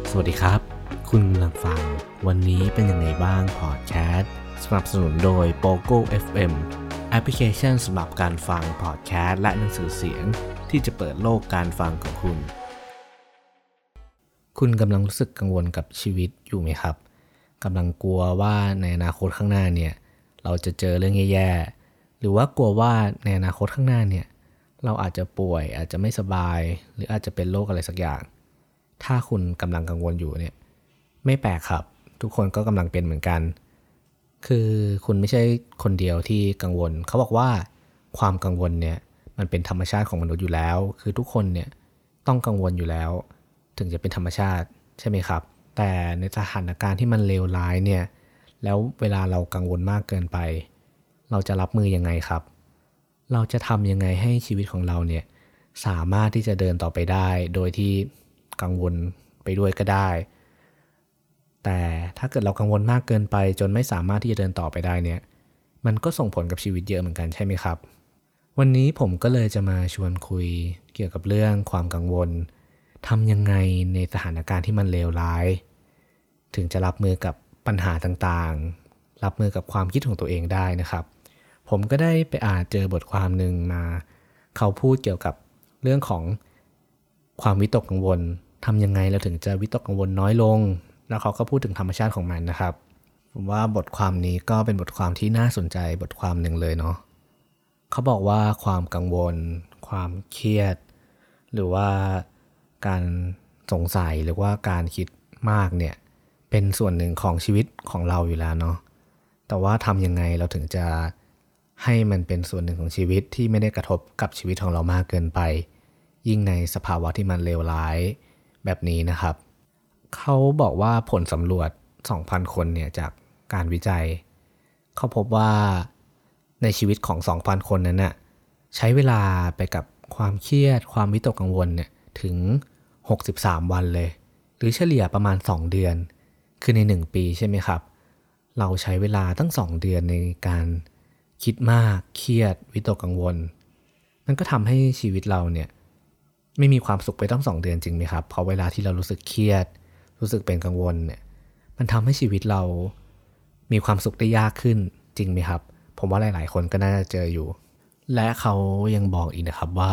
สวัสดีครับคุณกำลังฟังวันนี้เป็นยังไงบ้างพอดแคสต์สนับสนุนโดย Pogo FM แอปพลิเคชันสำหรับการฟังพอดแคสต์และหนังสือเสียงที่จะเปิดโลกการฟังของคุณกำลังรู้สึกกังวลกับชีวิตอยู่ไหมครับกำลังกลัวว่าในอนาคตข้างหน้าเนี่ยเราจะเจอเรื่องแย่ๆหรือว่ากลัวว่าในอนาคตข้างหน้าเนี่ยเราอาจจะป่วยอาจจะไม่สบายหรืออาจจะเป็นโรคอะไรสักอย่างถ้าคุณกำลังกังวลอยู่เนี่ยไม่แปลกครับทุกคนก็กำลังเป็นเหมือนกันคือคุณไม่ใช่คนเดียวที่กังวลเขาบอกว่าความกังวลเนี่ยมันเป็นธรรมชาติของมนุษย์อยู่แล้วคือทุกคนเนี่ยต้องกังวลอยู่แล้วถึงจะเป็นธรรมชาติใช่ไหมครับแต่ในสถานการณ์ที่มันเลวร้ายเนี่ยแล้วเวลาเรากังวลมากเกินไปเราจะรับมือยังไงครับเราจะทำยังไงให้ชีวิตของเราเนี่ยสามารถที่จะเดินต่อไปได้โดยที่กังวลไปด้วยก็ได้แต่ถ้าเกิดเรากังวลมากเกินไปจนไม่สามารถที่จะเดินต่อไปได้เนี่ยมันก็ส่งผลกับชีวิตเยอะเหมือนกันใช่ไหมครับวันนี้ผมก็เลยจะมาชวนคุยเกี่ยวกับเรื่องความกังวลทำยังไงในสถานการณ์ที่มันเลวร้ายถึงจะรับมือกับปัญหาต่างๆรับมือกับความคิดของตัวเองได้นะครับผมก็ได้ไปอ่านเจอบทความหนึ่งมาเขาพูดเกี่ยวกับเรื่องของความวิตกกังวลทำยังไงเราถึงจะวิตกกังวลน้อยลงแล้วเขาก็พูดถึงธรรมชาติของมันนะครับผมว่าบทความนี้ก็เป็นบทความที่น่าสนใจบทความหนึ่งเลยเนาะเขาบอกว่าความกังวลความเครียดหรือว่าการสงสัยหรือว่าการคิดมากเนี่ยเป็นส่วนหนึ่งของชีวิตของเราอยู่แล้วเนาะแต่ว่าทำยังไงเราถึงจะให้มันเป็นส่วนหนึ่งของชีวิตที่ไม่ได้กระทบกับชีวิตของเรามากเกินไปยิ่งในสภาวะที่มันเลวร้ายแบบนี้นะครับเขาบอกว่าผลสำรวจ 2,000 คนเนี่ยจากการวิจัยเขาพบว่าในชีวิตของ 2,000 คนนั้นน่ะใช้เวลาไปกับความเครียดความวิตกกังวลเนี่ยถึง63วันเลยหรือเฉลี่ยประมาณ2เดือนคือใน1ปีใช่ไหมครับเราใช้เวลาตั้ง2เดือนในการคิดมากเครียดวิตกกังวลมันก็ทำให้ชีวิตเราเนี่ยไม่มีความสุขไปตั้ง2เดือนจริงไหมครับเพราะเวลาที่เรารู้สึกเครียดรู้สึกเป็นกังวลเนี่ยมันทำให้ชีวิตเรามีความสุขได้ยากขึ้นจริงไหมครับผมว่าหลายๆคนก็น่าจะเจออยู่และเขายังบอกอีกนะครับว่า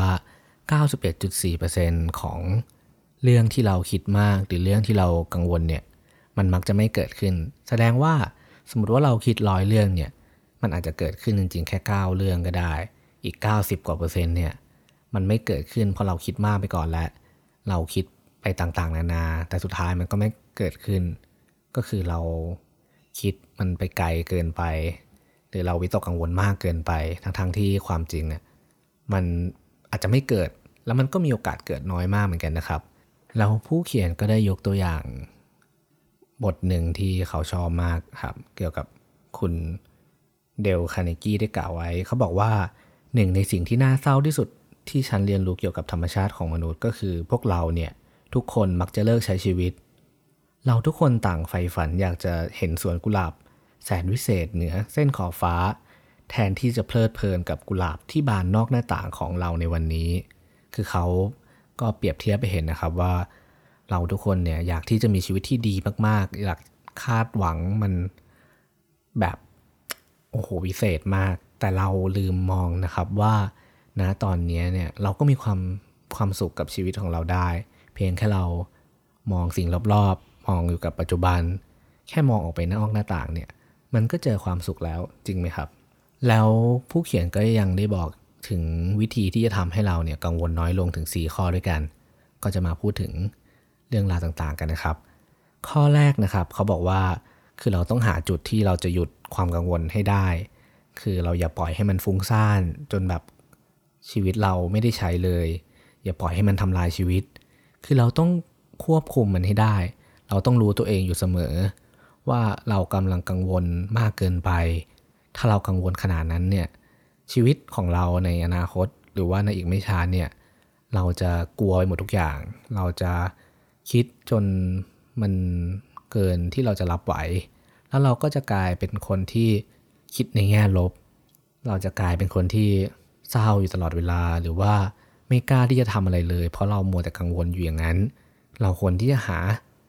91.4% ของเรื่องที่เราคิดมากหรือเรื่องที่เรากังวลเนี่ยมันมักจะไม่เกิดขึ้นแสดงว่าสมมติว่าเราคิด100เรื่องเนี่ยมันอาจจะเกิดขึ้นจริงๆแค่9เรื่องก็ได้อีก90กว่าเปอร์เซ็นต์เนี่ยมันไม่เกิดขึ้นเพราะเราคิดมากไปก่อนแล้วเราคิดไปต่างๆนานาแต่สุดท้ายมันก็ไม่เกิดขึ้นก็คือเราคิดมันไปไกลเกินไปหรือเราวิตกกังวลมากเกินไปทั้งที่ความจริงเนี่ยมันอาจจะไม่เกิดแล้วมันก็มีโอกาสเกิดน้อยมากเหมือนกันนะครับแล้วผู้เขียนก็ได้ยกตัวอย่างบทหนึ่งที่เขาชอบมากครับเกี่ยวกับคุณเดล คาร์เนกีได้กล่าวไว้เขาบอกว่าหนึ่งในสิ่งที่น่าเศร้าที่สุดที่ฉันเรียนรู้เกี่ยวกับธรรมชาติของมนุษย์ก็คือพวกเราเนี่ยทุกคนมักจะเลิกใช้ชีวิตเราทุกคนต่างใฝ่ฝันอยากจะเห็นสวนกุหลาบแสนวิเศษเหนือเส้นขอบฟ้าแทนที่จะเพลิดเพลินกับกุหลาบที่บานนอกหน้าต่างของเราในวันนี้คือเขาก็เปรียบเทียบไปเห็นนะครับว่าเราทุกคนเนี่ยอยากที่จะมีชีวิตที่ดีมากๆอยากคาดหวังมันแบบโอ้โหวิเศษมากแต่เราลืมมองนะครับว่าณตอนนี้เนี่ยเราก็มีความสุขกับชีวิตของเราได้เพียงแค่เรามองสิ่งรอบๆมองอยู่กับปัจจุบันแค่มองออกไปนอกหน้าต่างเนี่ยมันก็เจอความสุขแล้วจริงไหมครับแล้วผู้เขียนก็ยังได้บอกถึงวิธีที่จะทำให้เราเนี่ยกังวลน้อยลงถึง4ข้อด้วยกันก็จะมาพูดถึงเรื่องราวต่างๆกันนะครับข้อแรกนะครับเขาบอกว่าคือเราต้องหาจุดที่เราจะหยุดความกังวลให้ได้คือเราอย่าปล่อยให้มันฟุ้งซ่านจนแบบชีวิตเราไม่ได้ใช้เลยอย่าปล่อยให้มันทำลายชีวิตคือเราต้องควบคุมมันให้ได้เราต้องรู้ตัวเองอยู่เสมอว่าเรากำลังกังวลมากเกินไปถ้าเรากังวลขนาดนั้นเนี่ยชีวิตของเราในอนาคตหรือว่าในอีกไม่ช้าเนี่ยเราจะกลัวไปหมดทุกอย่างเราจะคิดจนมันเกินที่เราจะรับไหวแล้วเราก็จะกลายเป็นคนที่คิดในแง่ลบเราจะกลายเป็นคนที่เศร้าอยู่ตลอดเวลาหรือว่าไม่กล้าที่จะทำอะไรเลยเพราะเรามัวแต่กังวลอยู่อย่างนั้นเราควรที่จะหา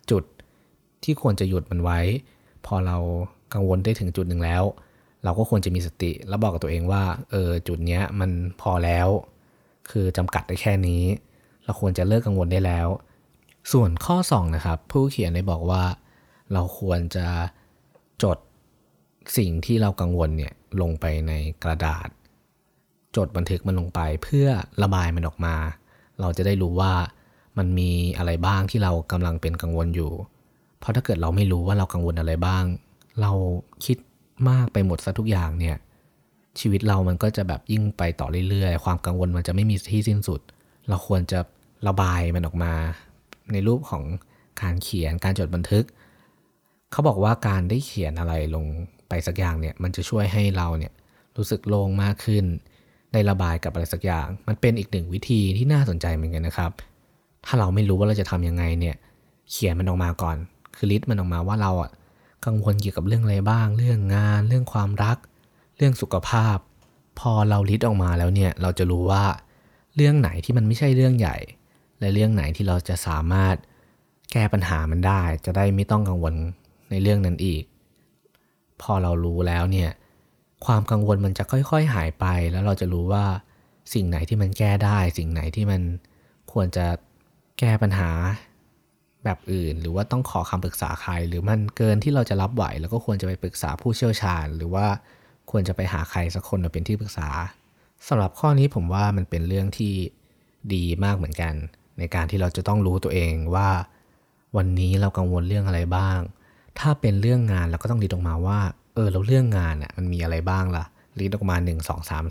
จุดที่ควรจะหยุดมันไว้พอเรากังวลได้ถึงจุดหนึ่งแล้วเราก็ควรจะมีสติแล้วบอกกับตัวเองว่าจุดเนี้ยมันพอแล้วคือจำกัดได้แค่นี้เราควรจะเลิกกังวลได้แล้วส่วนข้อ2นะครับผู้เขียนได้บอกว่าเราควรจะจดสิ่งที่เรากังวลเนี่ยลงไปในกระดาษจดบันทึกมันลงไปเพื่อระบายมันออกมาเราจะได้รู้ว่ามันมีอะไรบ้างที่เรากำลังเป็นกังวลอยู่เพราะถ้าเกิดเราไม่รู้ว่าเรากังวลอะไรบ้างเราคิดมากไปหมดซะทุกอย่างเนี่ยชีวิตเรามันก็จะแบบยิ่งไปต่อเรื่อยๆความกังวลมันจะไม่มีที่สิ้นสุดเราควรจะระบายมันออกมาในรูปของการเขียนการจดบันทึกเขาบอกว่าการได้เขียนอะไรลงไปสักอย่างเนี่ยมันจะช่วยให้เราเนี่ยรู้สึกโล่งมากขึ้นได้ระบายกับอะไรสักอย่างมันเป็นอีกหนึ่งวิธีที่น่าสนใจเหมือนกันนะครับถ้าเราไม่รู้ว่าเราจะทำยังไงเนี่ยเขียนมันออกมาก่อนคือลิสต์มันออกมาว่าเรากังวลเกี่ยวกับเรื่องอะไรบ้างเรื่องงานเรื่องความรักเรื่องสุขภาพพอเราลิสต์ออกมาแล้วเนี่ยเราจะรู้ว่าเรื่องไหนที่มันไม่ใช่เรื่องใหญ่และเรื่องไหนที่เราจะสามารถแก้ปัญหามันได้จะได้ไม่ต้องกังวลในเรื่องนั้นอีกพอเรารู้แล้วเนี่ยความกังวลมันจะค่อยๆหายไปแล้วเราจะรู้ว่าสิ่งไหนที่มันแก้ได้สิ่งไหนที่มันควรจะแก้ปัญหาแบบอื่นหรือว่าต้องขอคำปรึกษาใครหรือมันเกินที่เราจะรับไหวแล้วก็ควรจะไปปรึกษาผู้เชี่ยวชาญหรือว่าควรจะไปหาใครสักคนมาเป็นที่ปรึกษาสำหรับข้อนี้ผมว่ามันเป็นเรื่องที่ดีมากเหมือนกันในการที่เราจะต้องรู้ตัวเองว่าวันนี้เรากังวลเรื่องอะไรบ้างถ้าเป็นเรื่องงานเราก็ต้องลิสต์ออกมาว่าเราเรื่องงานมันมีอะไรบ้างล่ะลิสต์ออกมา1 2 3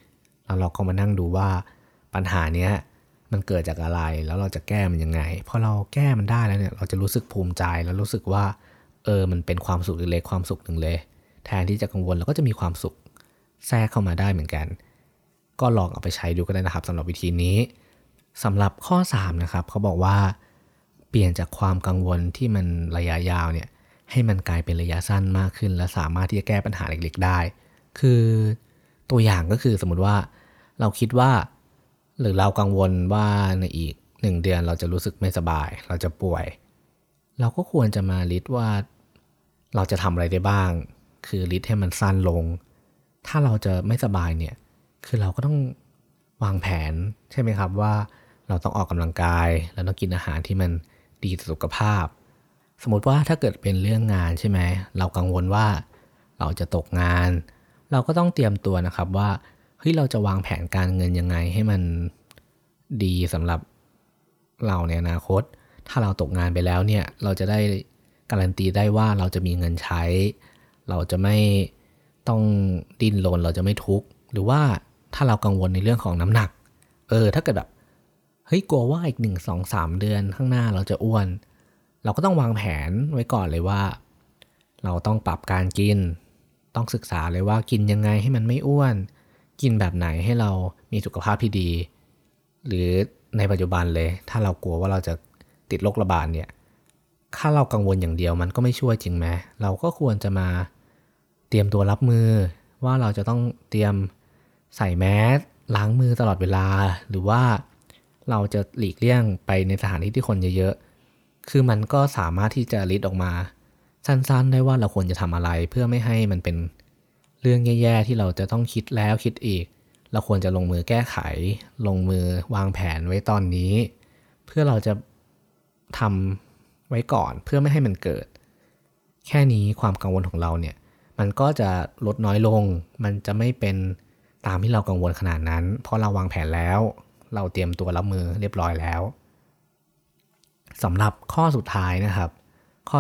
4แล้วเราก็มานั่งดูว่าปัญหาเนี้ยมันเกิดจากอะไรแล้วเราจะแก้มันยังไงพอเราแก้มันได้แล้วเนี่ยเราจะรู้สึกภูมิใจแล้วรู้สึกว่ามันเป็นความสุขเล็กๆความสุขหนึ่งเลยแทนที่จะกังวลเราก็จะมีความสุขแทรกเข้ามาได้เหมือนกันก็ลองเอาไปใช้ดูก็ได้นะครับสำหรับวิธีนี้สำหรับข้อ3นะครับเขาบอกว่าเปลี่ยนจากความกังวลที่มันระยะยาวเนี่ยให้มันกลายเป็นระยะสั้นมากขึ้นและสามารถที่จะแก้ปัญหาเล็กๆได้คือตัวอย่างก็คือสมมุติว่าเราคิดว่าหรือเรากังวลว่าในอีก1 เดือนเราจะรู้สึกไม่สบายเราจะป่วยเราก็ควรจะมาลิสต์ว่าเราจะทำอะไรได้บ้างคือลิสต์ให้มันสั้นลงถ้าเราจะไม่สบายเนี่ยคือเราก็ต้องวางแผนใช่ไหมครับว่าเราต้องออกกำลังกายแล้วต้องกินอาหารที่มันดีต่อสุขภาพสมมติว่าถ้าเกิดเป็นเรื่องงานใช่ไหมเรากังวลว่าเราจะตกงานเราก็ต้องเตรียมตัวนะครับว่าเราจะวางแผนการเงินยังไงให้มันดีสำหรับเราในอนาคตถ้าเราตกงานไปแล้วเนี่ยเราจะได้การันตีได้ว่าเราจะมีเงินใช้เราจะไม่ต้องดิ้นรนเราจะไม่ทุกข์หรือว่าถ้าเรากังวลในเรื่องของน้ำหนักถ้าเกิดแบบกลัวว่าอีก1 2 3 เดือนข้างหน้าเราจะอ้วนเราก็ต้องวางแผนไว้ก่อนเลยว่าเราต้องปรับการกินต้องศึกษาเลยว่ากินยังไงให้มันไม่อ้วนกินแบบไหนให้เรามีสุขภาพที่ดีหรือในปัจจุบันเลยถ้าเรากลัวว่าเราจะติดโรคระบาดเนี่ยถ้าเรากังวลอย่างเดียวมันก็ไม่ช่วยจริงไหมเราก็ควรจะมาเตรียมตัวรับมือว่าเราจะต้องเตรียมใส่แมสล้างมือตลอดเวลาหรือว่าเราจะหลีกเลี่ยงไปในสถานที่ที่คนเยอะๆคือมันก็สามารถที่จะลิสต์ออกมาสั้นๆได้ว่าเราควรจะทำอะไรเพื่อไม่ให้มันเป็นเรื่องแย่ๆที่เราจะต้องคิดแล้วคิดอีกเราควรจะลงมือแก้ไขลงมือวางแผนไว้ตอนนี้เพื่อเราจะทำไว้ก่อนเพื่อไม่ให้มันเกิดแค่นี้ความกังวลของเราเนี่ยมันก็จะลดน้อยลงมันจะไม่เป็นตามที่เรากังวลขนาดนั้นเพราะเราวางแผนแล้วเราเตรียมตัวรับมือเรียบร้อยแล้วสำหรับข้อสุดท้ายนะครับข้อ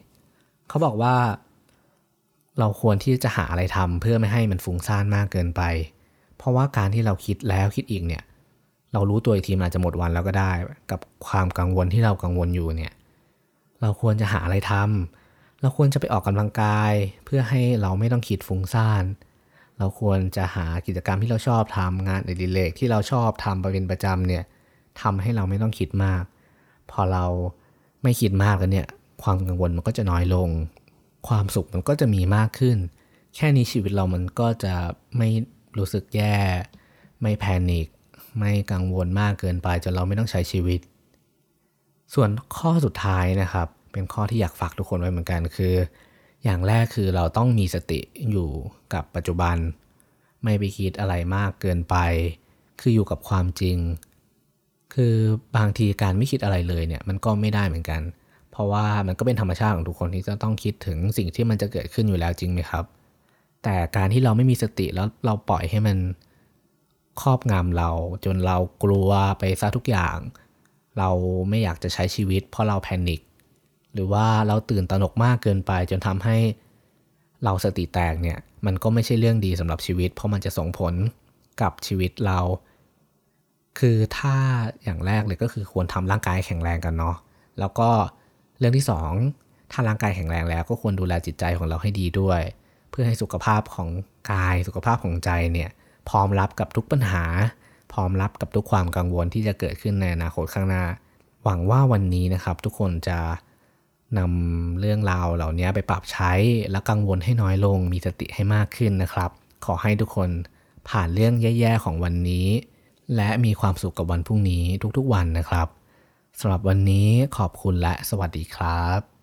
4เขาบอกว่าเราควรที่จะหาอะไรทำเพื่อไม่ให้มันฟุ้งซ่านมากเกินไปเพราะว่าการที่เราคิดแล้วคิดอีกเนี่ยเรารู้ตัวอีกทีอาจจะหมดวันแล้วก็ได้กับความกังวลที่เรากังวลอยู่เนี่ยเราควรจะหาอะไรทำเราควรจะไปออกกำลังกายเพื่อให้เราไม่ต้องคิดฟุ้งซ่านเราควรจะหากิจกรรมที่เราชอบทำงานอดิเรกที่เราชอบทำเป็นประจำเนี่ยทำให้เราไม่ต้องคิดมากพอเราไม่คิดมากแล้วเนี่ยความกังวลมันก็จะน้อยลงความสุขมันก็จะมีมากขึ้นแค่นี้ชีวิตเรามันก็จะไม่รู้สึกแย่ไม่แพนิคไม่กังวลมากเกินไปจนเราไม่ต้องใช้ชีวิตส่วนข้อสุดท้ายนะครับเป็นข้อที่อยากฝากทุกคนไว้เหมือนกันคืออย่างแรกคือเราต้องมีสติอยู่กับปัจจุบันไม่ไปคิดอะไรมากเกินไปคืออยู่กับความจริงคือบางทีการไม่คิดอะไรเลยเนี่ยมันก็ไม่ได้เหมือนกันเพราะว่ามันก็เป็นธรรมชาติของทุกคนที่จะต้องคิดถึงสิ่งที่มันจะเกิดขึ้นอยู่แล้วจริงไหมครับแต่การที่เราไม่มีสติแล้วเราปล่อยให้มันครอบงำเราจนเรากลัวไปซะทุกอย่างเราไม่อยากจะใช้ชีวิตเพราะเราแพนิคหรือว่าเราตื่นตระหนกมากเกินไปจนทำให้เราสติแตกเนี่ยมันก็ไม่ใช่เรื่องดีสำหรับชีวิตเพราะมันจะส่งผลกับชีวิตเราคือถ้าอย่างแรกเลยก็คือควรทำร่างกายแข็งแรงกันเนาะแล้วก็เรื่องที่สองถ้าร่างกายแข็งแรงแล้วก็ควรดูแลจิตใจของเราให้ดีด้วยเพื่อให้สุขภาพของกายสุขภาพของใจเนี่ยพร้อมรับกับทุกปัญหาพร้อมรับกับทุกความกังวลที่จะเกิดขึ้นในอนาคตข้างหน้าหวังว่าวันนี้นะครับทุกคนจะนำเรื่องราวเหล่านี้ไปปรับใช้และกังวลให้น้อยลงมีสติให้มากขึ้นนะครับขอให้ทุกคนผ่านเรื่องแย่ๆของวันนี้และมีความสุขกับวันพรุ่งนี้ทุกๆวันนะครับสำหรับวันนี้ขอบคุณและสวัสดีครับ